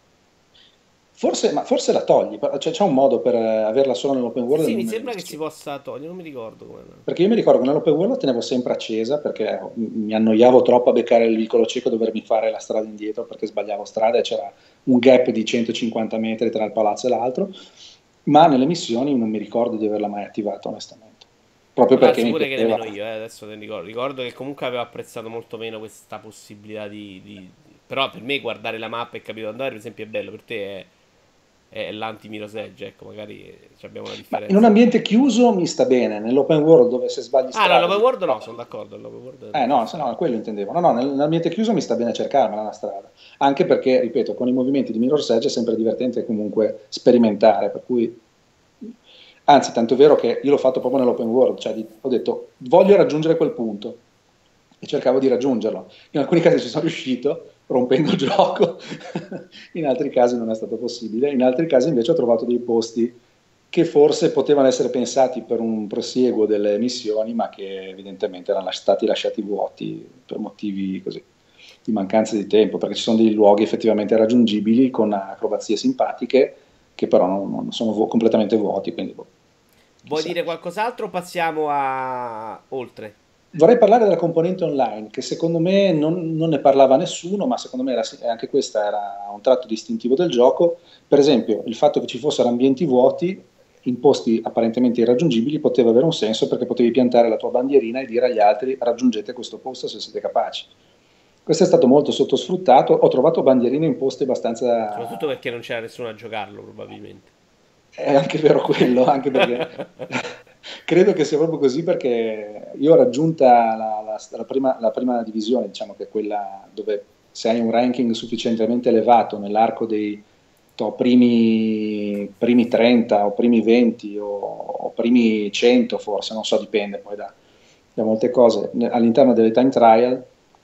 Forse, ma forse la togli, cioè, c'è un modo per eh, averla solo nell'open Sì, world e sì, non mi nelle sembra che si missioni. possa togliere, non mi ricordo come. Perché io mi ricordo che nell'open world la tenevo sempre accesa perché mi annoiavo troppo a beccare il vicolo cieco e dovermi fare la strada indietro perché sbagliavo strada e c'era un gap di centocinquanta metri tra il palazzo e l'altro, ma nelle missioni non mi ricordo di averla mai attivata onestamente, proprio Può perché darsi mi pure che piaceva. nemmeno io, eh, adesso te ne ricordo. Ricordo che comunque avevo apprezzato molto meno questa possibilità di, di- Però per me guardare la mappa e capire dove andare, per esempio, è bello. Per te è, è l'anti-Mirror's Edge, ecco, magari eh, ci abbiamo una Ma in un differenza. ambiente chiuso mi sta bene, nell'open world dove se sbagli Ah, no, strada l'open dico, world no, no, sono d'accordo, l'open world eh non ci no, se sta. no, quello intendevo. No, no, nel- nell'ambiente chiuso mi sta bene cercarmela una strada, anche perché, ripeto, con i movimenti di Mirror's Edge è sempre divertente comunque sperimentare, per cui, anzi, tanto è vero che io l'ho fatto proprio nell'open world, cioè di- ho detto voglio raggiungere quel punto e cercavo di raggiungerlo. In alcuni casi ci sono riuscito, rompendo il gioco, in altri casi non è stato possibile, in altri casi invece ho trovato dei posti che forse potevano essere pensati per un prosieguo delle missioni, ma che evidentemente erano stati lasciati vuoti per motivi così di mancanza di tempo, perché ci sono dei luoghi effettivamente raggiungibili con acrobazie simpatiche che però non, non sono vo- completamente vuoti, quindi boh, Vuoi chissà. dire qualcos'altro o passiamo a... oltre? Vorrei parlare della componente online, che secondo me non, non ne parlava nessuno, ma secondo me era- anche questa era un tratto distintivo del gioco. Per esempio, il fatto che ci fossero ambienti vuoti in posti apparentemente irraggiungibili poteva avere un senso perché potevi piantare la tua bandierina e dire agli altri raggiungete questo posto se siete capaci. Questo è stato molto sottosfruttato. Ho trovato bandierine in posti Soprattutto abbastanza. perché non c'era nessuno a giocarlo, probabilmente. È anche vero quello, anche perché credo che sia proprio così perché io ho raggiunta la, la- la prima, la prima divisione, diciamo che è quella dove se hai un ranking sufficientemente elevato nell'arco dei to, primi, primi trenta o primi venti o, o primi cento forse, non so, dipende poi da, da molte cose, all'interno delle time trial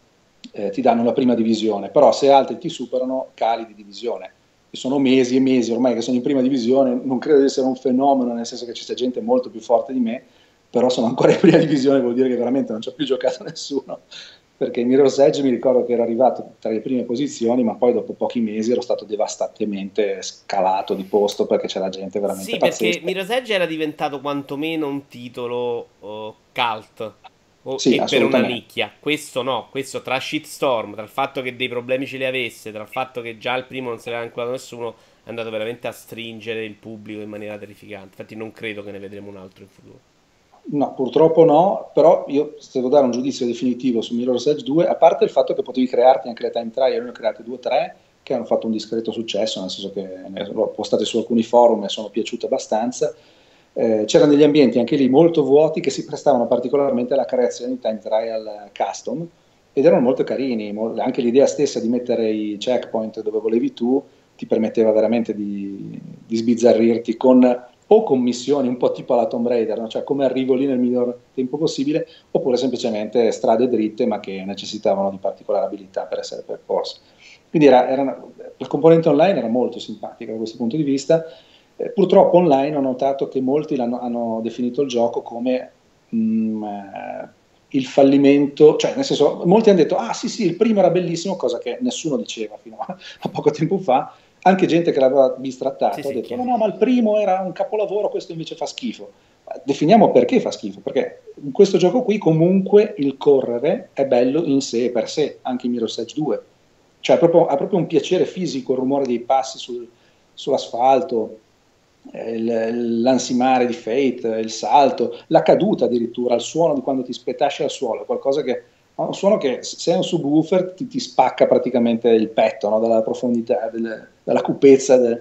eh, ti danno la prima divisione, però se altri ti superano cali di divisione che sono mesi e mesi ormai che sono in prima divisione, non credo di essere un fenomeno, nel senso che c'è gente molto più forte di me, però sono ancora in prima divisione, vuol dire che veramente non ci ha più giocato nessuno, perché in Mirror's Edge mi ricordo che ero arrivato tra le prime posizioni, ma poi dopo pochi mesi ero stato devastantemente scalato di posto perché c'era gente veramente Sì, perché pazzesca. Mirror's Edge era diventato quantomeno un titolo oh, cult oh, Sì, e per una assolutamente. nicchia. Questo no, questo tra shitstorm, tra il fatto che dei problemi ce li avesse, tra il fatto che già il primo non se l'era ancora nessuno, è andato veramente a stringere il pubblico in maniera terrificante. Infatti non credo che ne vedremo un altro in futuro. No, purtroppo no, però io se devo dare un giudizio definitivo su Mirror's Edge due, a parte il fatto che potevi crearti anche le time trial, io ne ho create due o tre che hanno fatto un discreto successo, nel senso che ne l'ho postate su alcuni forum e sono piaciute abbastanza. Eh, c'erano degli ambienti anche lì molto vuoti che si prestavano particolarmente alla creazione di time trial eh, custom ed erano molto carini, mo- anche l'idea stessa di mettere i checkpoint dove volevi tu ti permetteva veramente di, di sbizzarrirti con o con missioni un po' tipo alla Tomb Raider, no? Cioè come arrivo lì nel miglior tempo possibile, oppure semplicemente strade dritte ma che necessitavano di particolare abilità per essere percorse. Quindi era, era una, la componente online era molto simpatica da questo punto di vista. Eh, purtroppo online ho notato che molti hanno definito il gioco come mh, eh, il fallimento, cioè nel senso, molti hanno detto, ah sì sì, il primo era bellissimo, cosa che nessuno diceva fino a, a poco tempo fa, anche gente che l'aveva Sì, bistrattato ha sì, detto no, chiaro. no, ma il primo era un capolavoro, questo invece fa schifo. Definiamo perché fa schifo, perché in questo gioco qui comunque il correre è bello in sé e per sé, anche in Mirror's Edge due. Cioè proprio, ha proprio un piacere fisico il rumore dei passi sul, sull'asfalto, eh, il- l'ansimare di Fate, il salto, la caduta addirittura, il suono di quando ti spetasci al suolo, è qualcosa che ha un suono che se è un subwoofer ti, ti spacca praticamente il petto, no? Dalla profondità, del- dalla cupezza del,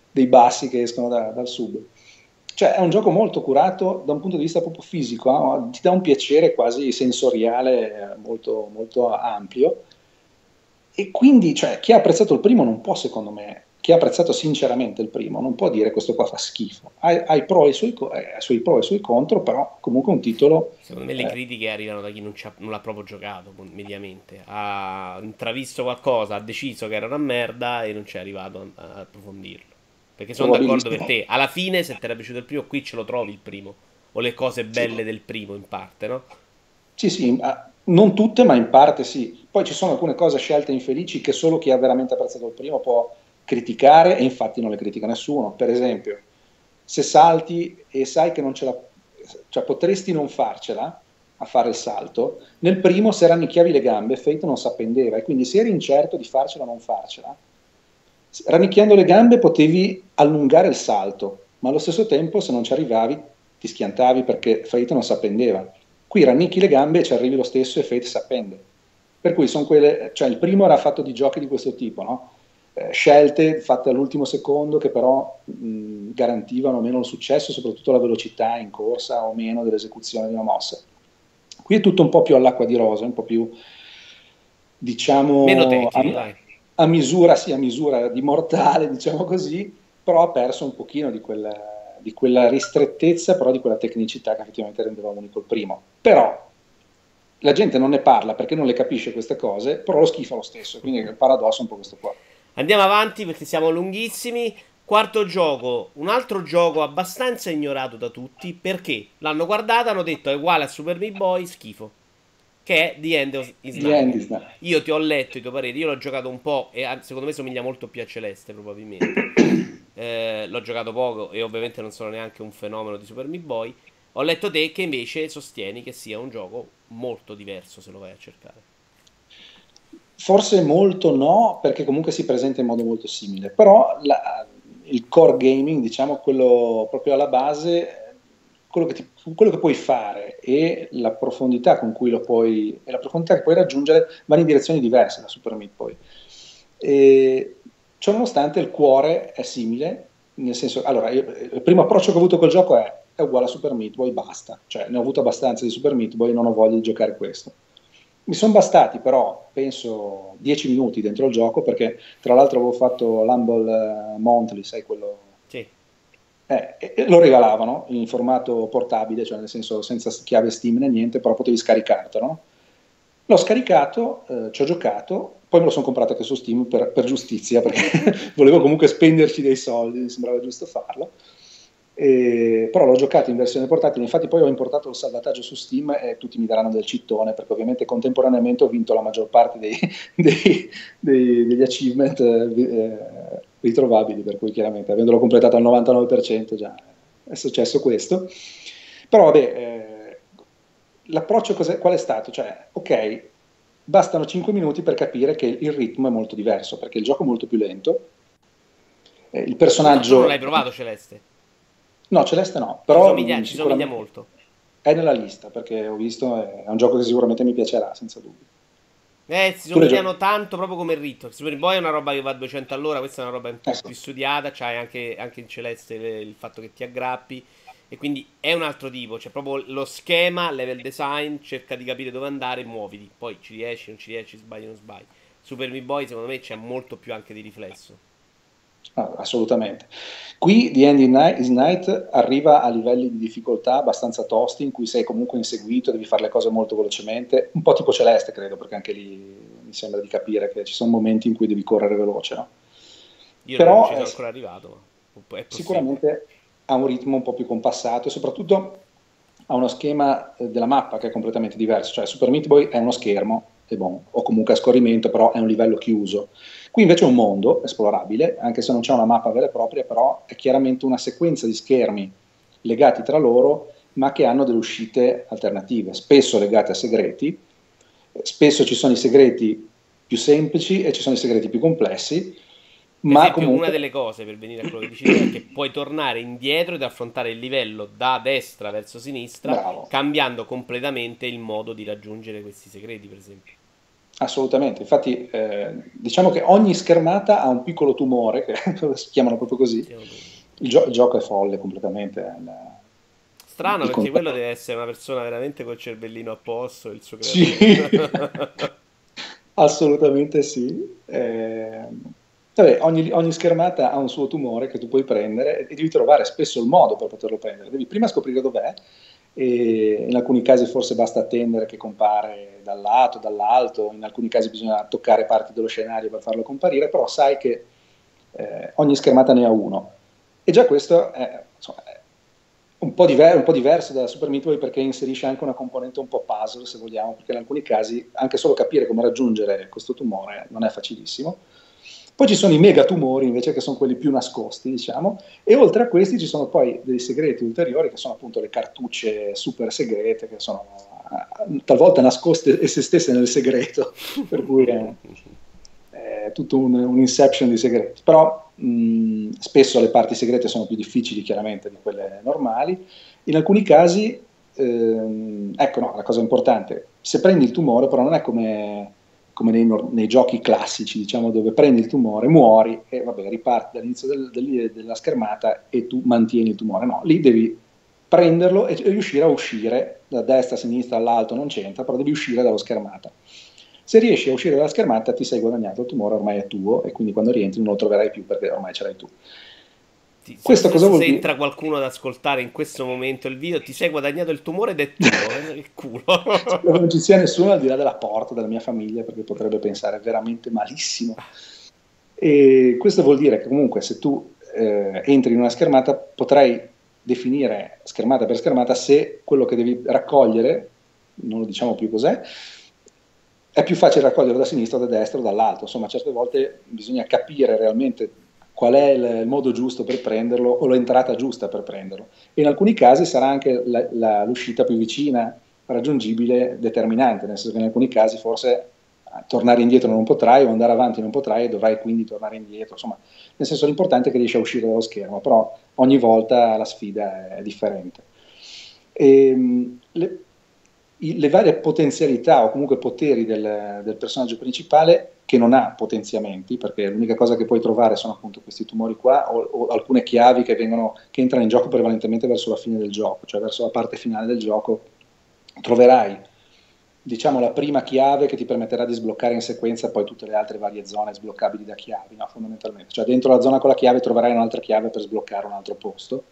dei bassi che escono da, dal sub. Cioè è un gioco molto curato da un punto di vista proprio fisico, no? Ti dà un piacere quasi sensoriale molto, molto ampio. E quindi, cioè, chi ha apprezzato il primo non può, secondo me, chi ha apprezzato sinceramente il primo, non può dire questo qua fa schifo. Ha, ha i pro e i suoi, eh, i suoi pro e i suoi contro, però comunque un titolo... Secondo me le eh, critiche arrivano da chi non, c'ha- non l'ha proprio giocato mediamente. Ha intravisto qualcosa, ha deciso che era una merda e non ci è arrivato a, a approfondirlo. Perché sono d'accordo per probabilissimo. te. Alla fine, se ti era piaciuto il primo, qui ce lo trovi il primo. O le cose Sì. belle del primo, in parte, no? Sì, sì, ma non tutte, ma in parte sì. Poi ci sono alcune cose scelte infelici che solo chi ha veramente apprezzato il primo può criticare e infatti non le critica nessuno. Per esempio, se salti e sai che non ce la... cioè potresti non farcela a fare il salto, nel primo se rannicchiavi le gambe Fate non si appendeva e quindi se eri incerto di farcela o non farcela, rannicchiando le gambe potevi allungare il salto, ma allo stesso tempo se non ci arrivavi ti schiantavi perché Fate non si appendeva. Qui rannicchi le gambe e ci arrivi lo stesso e Fate si appende. Per cui sono quelle, cioè il primo era fatto di giochi di questo tipo, no? Eh, scelte fatte all'ultimo secondo che però mh, garantivano meno il successo, soprattutto la velocità in corsa o meno dell'esecuzione di una mossa. Qui è tutto un po' più all'acqua di rose, un po' più, Meno diciamo, tecnico, a, dai. a misura, sì, a misura di mortale, diciamo così, però ha perso un pochino di quella, di quella ristrettezza, però di quella tecnicità che effettivamente rendeva unico il primo. Però la gente non ne parla perché non le capisce queste cose, però lo schifo lo stesso, quindi il paradosso è un po' questo qua. Andiamo avanti perché siamo lunghissimi. Quarto gioco, un altro gioco abbastanza ignorato da tutti perché l'hanno guardato e hanno detto è uguale a Super Meat Boy, schifo. Che è The End is The Night. end is done. Io ti ho letto i tuoi pareri, io l'ho giocato un po' e ah, secondo me somiglia molto più a Celeste probabilmente. Eh, l'ho giocato poco e ovviamente non sono neanche un fenomeno di Super Meat Boy. Ho letto te che invece sostieni che sia un gioco molto diverso se lo vai a cercare. Forse molto no, perché comunque si presenta in modo molto simile, però la- il core gaming, diciamo quello proprio alla base, quello che, ti- quello che puoi fare e la profondità con cui lo puoi, e la profondità che puoi raggiungere vanno in direzioni diverse da Super Meat Boy. E, ciò nonostante il cuore è simile, nel senso, allora, io- il primo approccio che ho avuto col gioco è, è uguale a Super Meat Boy, basta, cioè ne ho avuto abbastanza di Super Meat Boy, non ho voglia di giocare questo. Mi sono bastati però, penso, dieci minuti dentro il gioco perché tra l'altro avevo fatto l'Humble eh, Monthly, sai quello... Sì. Eh, e- e lo regalavano in formato portabile, cioè nel senso senza chiave Steam né niente, però potevi scaricartelo, no? L'ho scaricato, eh, ci ho giocato, poi me lo sono comprato anche su Steam per, per giustizia, perché volevo comunque spenderci dei soldi, mi sembrava giusto farlo. E, però l'ho giocato in versione portatile, infatti poi ho importato il salvataggio su Steam e tutti mi daranno del cittone, perché ovviamente contemporaneamente ho vinto la maggior parte dei, dei, dei, degli achievement eh, ritrovabili, per cui chiaramente avendolo completato al novantanove per cento già è successo questo. Però vabbè, eh, l'approccio qual è stato? Cioè, ok, bastano cinque minuti per capire che il ritmo è molto diverso, perché il gioco è molto più lento, eh, il Tu, tu non l'hai personaggio... provato Celeste? No, Celeste no, Ci però somiglia, mh, ci somiglia sicuramente molto. è nella lista, perché ho visto, è un gioco che sicuramente mi piacerà, senza dubbio. Eh, si Tu l'hai giocato? somigliano tanto proprio come il ritmo. Super Boy è una roba che va a duecento all'ora, questa è una roba un po' Ecco, più studiata. C'hai anche, anche in Celeste le- il fatto che ti aggrappi. E quindi è un altro tipo. C'è proprio lo schema, level design, cerca di capire dove andare e muoviti. Poi ci riesci, non ci riesci, sbagli, non sbagli. Super Meat Boy secondo me c'è molto più anche di riflesso. ah, assolutamente. Qui The End is Night arriva a livelli di difficoltà abbastanza tosti, in cui sei comunque inseguito, devi fare le cose molto velocemente, un po' tipo Celeste, credo, perché anche lì mi sembra di capire che ci sono momenti in cui devi correre veloce, no? Io non Però ci eh, sono ancora arrivato, ma è possibile. sicuramente ha un ritmo un po' più compassato e soprattutto ha uno schema eh, della mappa che è completamente diverso, cioè Super Meat Boy è uno schermo, e bon, o comunque a scorrimento, però è un livello chiuso. Qui invece è un mondo esplorabile, anche se non c'è una mappa vera e propria, però è chiaramente una sequenza di schermi legati tra loro, ma che hanno delle uscite alternative, spesso legate a segreti, spesso ci sono i segreti più semplici e ci sono i segreti più complessi, Per ma esempio, una comunque... delle cose, per venire a quello che dici tu, è che puoi tornare indietro ed affrontare il livello da destra verso sinistra, Bravo. cambiando completamente il modo di raggiungere questi segreti, per esempio. Assolutamente, infatti eh, diciamo che ogni schermata ha un piccolo tumore, che si chiamano proprio così, il, gio- il gioco è folle completamente. il- Strano il perché quello concetto. deve essere una persona veramente col cervellino a posto, il suo Sì, creatore. assolutamente sì. Eh, vabbè, ogni, ogni schermata ha un suo tumore che tu puoi prendere e devi trovare spesso il modo per poterlo prendere. Devi prima scoprire dov'è e in alcuni casi forse basta attendere che compare dal lato, dall'alto, in alcuni casi bisogna toccare parti dello scenario per farlo comparire, però sai che eh, ogni schermata ne ha uno. E già questo è, insomma, è un po', diver- un po' diverso da Super Meat Boy perché inserisce anche una componente un po' puzzle, se vogliamo, perché in alcuni casi anche solo capire come raggiungere questo tumore non è facilissimo. Poi ci sono i megatumori invece che sono quelli più nascosti, diciamo, e oltre a questi ci sono poi dei segreti ulteriori che sono appunto le cartucce super segrete che sono eh, talvolta nascoste esse stesse nel segreto, per cui è, è tutto un, un inception di segreti. Però mh, spesso le parti segrete sono più difficili chiaramente di quelle normali. In alcuni casi, ehm, ecco no, la cosa importante, se prendi il tumore però non è come come nei, nei giochi classici, diciamo, dove prendi il tumore, muori e vabbè, riparti dall'inizio del, del, della schermata e tu mantieni il tumore. No, lì devi prenderlo e, e riuscire a uscire da destra, a sinistra, all'alto, non c'entra, però devi uscire dalla schermata. Se riesci a uscire dalla schermata ti sei guadagnato, il tumore ormai è tuo e quindi quando rientri non lo troverai più perché ormai ce l'hai tu. Ti- se- Questo cosa Adesso vuol se dire? entra qualcuno ad ascoltare in questo momento il video, ti sei guadagnato il tumore ed è tuo. Eh, il culo. Spero non ci sia nessuno al di là della porta della mia famiglia perché potrebbe pensare veramente malissimo. E questo vuol dire che comunque se tu eh, entri in una schermata potrai definire schermata per schermata se quello che devi raccogliere, non lo diciamo più cos'è, è più facile raccoglierlo da sinistra, da destra o dall'alto. Insomma, certe volte bisogna capire realmente qual è il, il modo giusto per prenderlo o l'entrata giusta per prenderlo. E in alcuni casi sarà anche la, la, l'uscita più vicina raggiungibile determinante, nel senso che in alcuni casi forse tornare indietro non potrai o andare avanti non potrai e dovrai quindi tornare indietro, insomma, nel senso l'importante è che riesci a uscire dallo schermo, però ogni volta la sfida è differente. E, le, le varie potenzialità o comunque poteri del, del personaggio principale che non ha potenziamenti, perché l'unica cosa che puoi trovare sono appunto questi tumori qua o, o alcune chiavi che, vengono, che entrano in gioco prevalentemente verso la fine del gioco, cioè verso la parte finale del gioco troverai diciamo la prima chiave che ti permetterà di sbloccare in sequenza poi tutte le altre varie zone sbloccabili da chiavi, no? Fondamentalmente, cioè dentro la zona con la chiave troverai un'altra chiave per sbloccare un altro posto.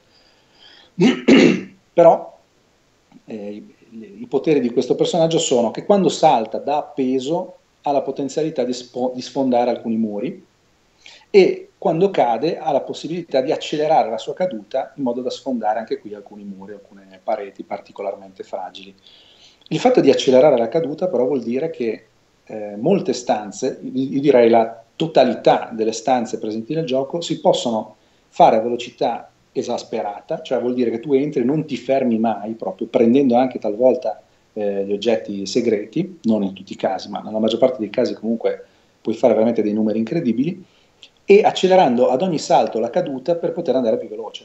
Però eh, i, i poteri di questo personaggio sono che quando salta da appeso ha la potenzialità di, spo- di sfondare alcuni muri e quando cade ha la possibilità di accelerare la sua caduta in modo da sfondare anche qui alcuni muri, alcune pareti particolarmente fragili. Il fatto di accelerare la caduta però vuol dire che eh, molte stanze, io direi la totalità delle stanze presenti nel gioco, si possono fare a velocità esasperata, cioè vuol dire che tu entri e non ti fermi mai, proprio prendendo anche talvolta eh, gli oggetti segreti, non in tutti i casi, ma nella maggior parte dei casi comunque puoi fare veramente dei numeri incredibili, e accelerando ad ogni salto la caduta per poter andare più veloce.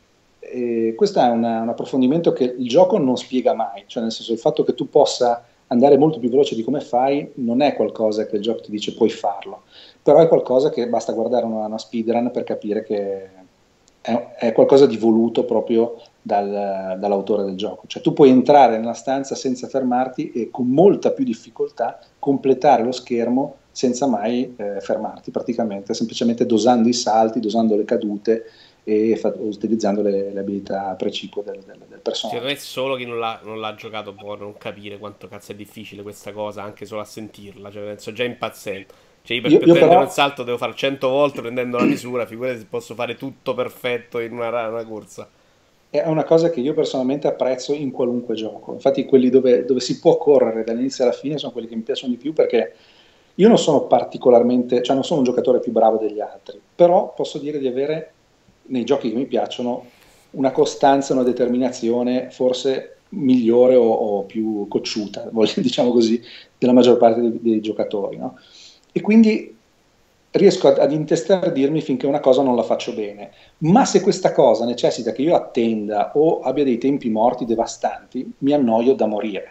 E questo è una, un approfondimento che il gioco non spiega mai, cioè nel senso il fatto che tu possa andare molto più veloce di come fai non è qualcosa che il gioco ti dice puoi farlo, però è qualcosa che basta guardare una, una speedrun per capire che è, è qualcosa di voluto proprio dal, dall'autore del gioco, cioè tu puoi entrare nella stanza senza fermarti e con molta più difficoltà completare lo schermo senza mai eh, fermarti praticamente, semplicemente dosando i salti, dosando le cadute e fa- utilizzando le, le abilità precipue del, del, del Secondo me personaggio. solo chi non l'ha, non l'ha giocato può non capire quanto cazzo è difficile questa cosa, anche solo a sentirla. Cioè, penso già impazzendo. Cioè, io per, Io, per io prendere però un salto devo fare cento volte prendendo la misura, figurati se posso fare tutto perfetto in una, ra- una corsa. è una cosa che io personalmente apprezzo in qualunque gioco. Infatti quelli dove, dove si può correre dall'inizio alla fine sono quelli che mi piacciono di più perché io non sono particolarmente, cioè non sono un giocatore più bravo degli altri, però posso dire di avere nei giochi che mi piacciono una costanza, una determinazione forse migliore o, o più cocciuta, diciamo così, della maggior parte dei, dei giocatori, no? E quindi riesco ad, ad intestardirmi finché una cosa non la faccio bene. Ma se questa cosa necessita che io attenda o abbia dei tempi morti devastanti, mi annoio da morire.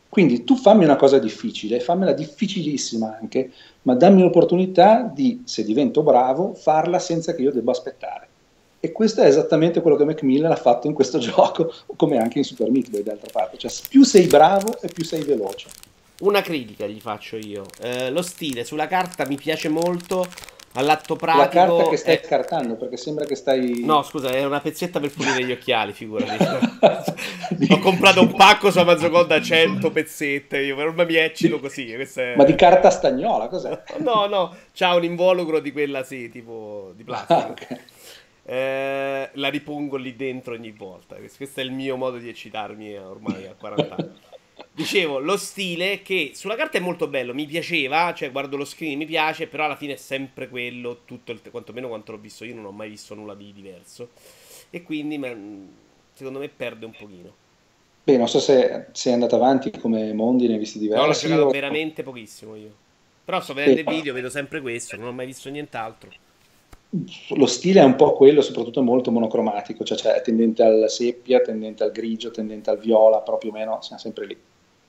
Quindi tu fammi una cosa difficile, fammela difficilissima anche, ma dammi l'opportunità di, se divento bravo, farla senza che io debba aspettare. E questo è esattamente quello che Macmillan ha fatto in questo gioco, come anche in Super Meat Boy d'altra parte. Cioè, più sei bravo e più sei veloce. Una critica gli faccio io. Eh, lo stile sulla carta mi piace molto. All'atto La carta pratico che stai è... scartando, perché sembra che stai... No, scusa, è una pezzetta per pulire gli occhiali, figurati. Ho comprato un pacco su Amazon Gold da cento pezzette. Io non mi eccito di... così. È... Ma di carta stagnola, cos'è? No, no, c'ha un involucro di quella, sì, tipo di Ah, plastica. okay. Eh, la ripongo lì dentro ogni volta. Questo è il mio modo di eccitarmi ormai a quaranta anni. Dicevo, lo stile che sulla carta è molto bello, mi piaceva, cioè guardo lo screen, mi piace, però alla fine è sempre quello, tutto il te- quantomeno quanto l'ho visto io, non ho mai visto nulla di diverso. E quindi ma, secondo me perde un pochino. Beh, non so se sei andato avanti come mondi, ne hai visti No, l'ho diversi giocato o... veramente pochissimo io. Però sto vedendo Beh, i video, vedo sempre questo, non ho mai visto nient'altro. lo stile è un po' quello, soprattutto molto monocromatico, cioè, cioè è tendente al seppia, tendente al grigio, tendente al viola, però più o meno siamo sempre lì.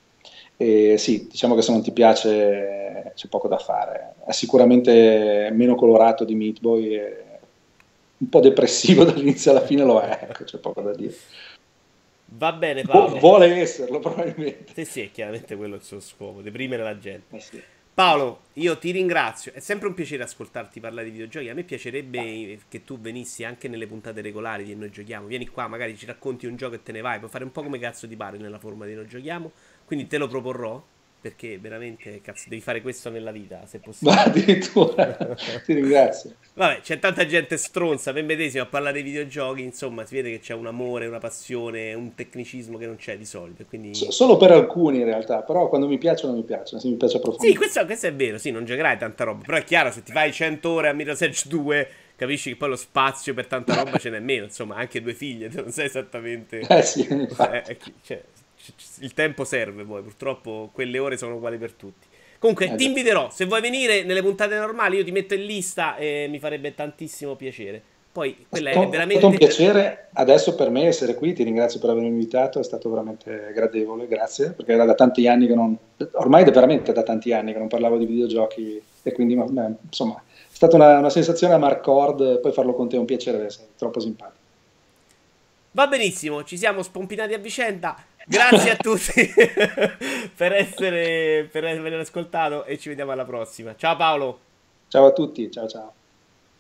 E sì, diciamo che se non ti piace c'è poco da fare. È sicuramente meno colorato di Meat Boy, e un po' depressivo dall'inizio alla fine lo è, ecco, c'è poco da dire. Va bene Vu- Paolo. vuole esserlo probabilmente. Sì, sì, è chiaramente quello il suo scopo, deprimere la gente. Eh sì. Paolo, io ti ringrazio, è sempre un piacere ascoltarti parlare di videogiochi, a me Ah, piacerebbe che tu venissi anche nelle puntate regolari di Noi Giochiamo, vieni qua, magari ci racconti un gioco e te ne vai, puoi fare un po' come cazzo ti pare nella forma di Noi Giochiamo, quindi te lo proporrò, perché veramente, cazzo, devi fare questo nella vita, se ma possibile. addirittura ti ringrazio. Vabbè, c'è tanta gente stronza, per medesimo a parlare di videogiochi, insomma, si vede che c'è un amore, una passione, un tecnicismo che non c'è di solito, So- quindi... solo per alcuni in realtà, però quando mi piacciono mi piacciono, se mi piace Sì, approfondire. questo, questo è vero, sì, non giocherai tanta roba, però è chiaro, se ti fai cento ore a Mirror's Edge due, capisci che poi lo spazio per tanta roba ce n'è meno, insomma, anche due figlie, non sai esattamente... Eh sì, eh, infatti. eh, cioè, c- c- il tempo serve poi, purtroppo quelle ore sono uguali per tutti. Comunque, Eh ti già. inviterò, se vuoi venire nelle puntate normali, io ti metto in lista e mi farebbe tantissimo piacere. Poi, È quella è stato è stato un veramente... piacere adesso per me essere qui, ti ringrazio per avermi invitato, è stato veramente gradevole, grazie, perché era da tanti anni che non, ormai è veramente da tanti anni che non parlavo di videogiochi e quindi ma- ma, insomma è stata una, una sensazione a Marcord, poi farlo con te è un piacere, sei troppo simpatico. Va benissimo, ci siamo spompinati a vicenda. Grazie a tutti per essere, per aver ascoltato e ci vediamo alla prossima. Ciao Paolo. Ciao a tutti, ciao ciao.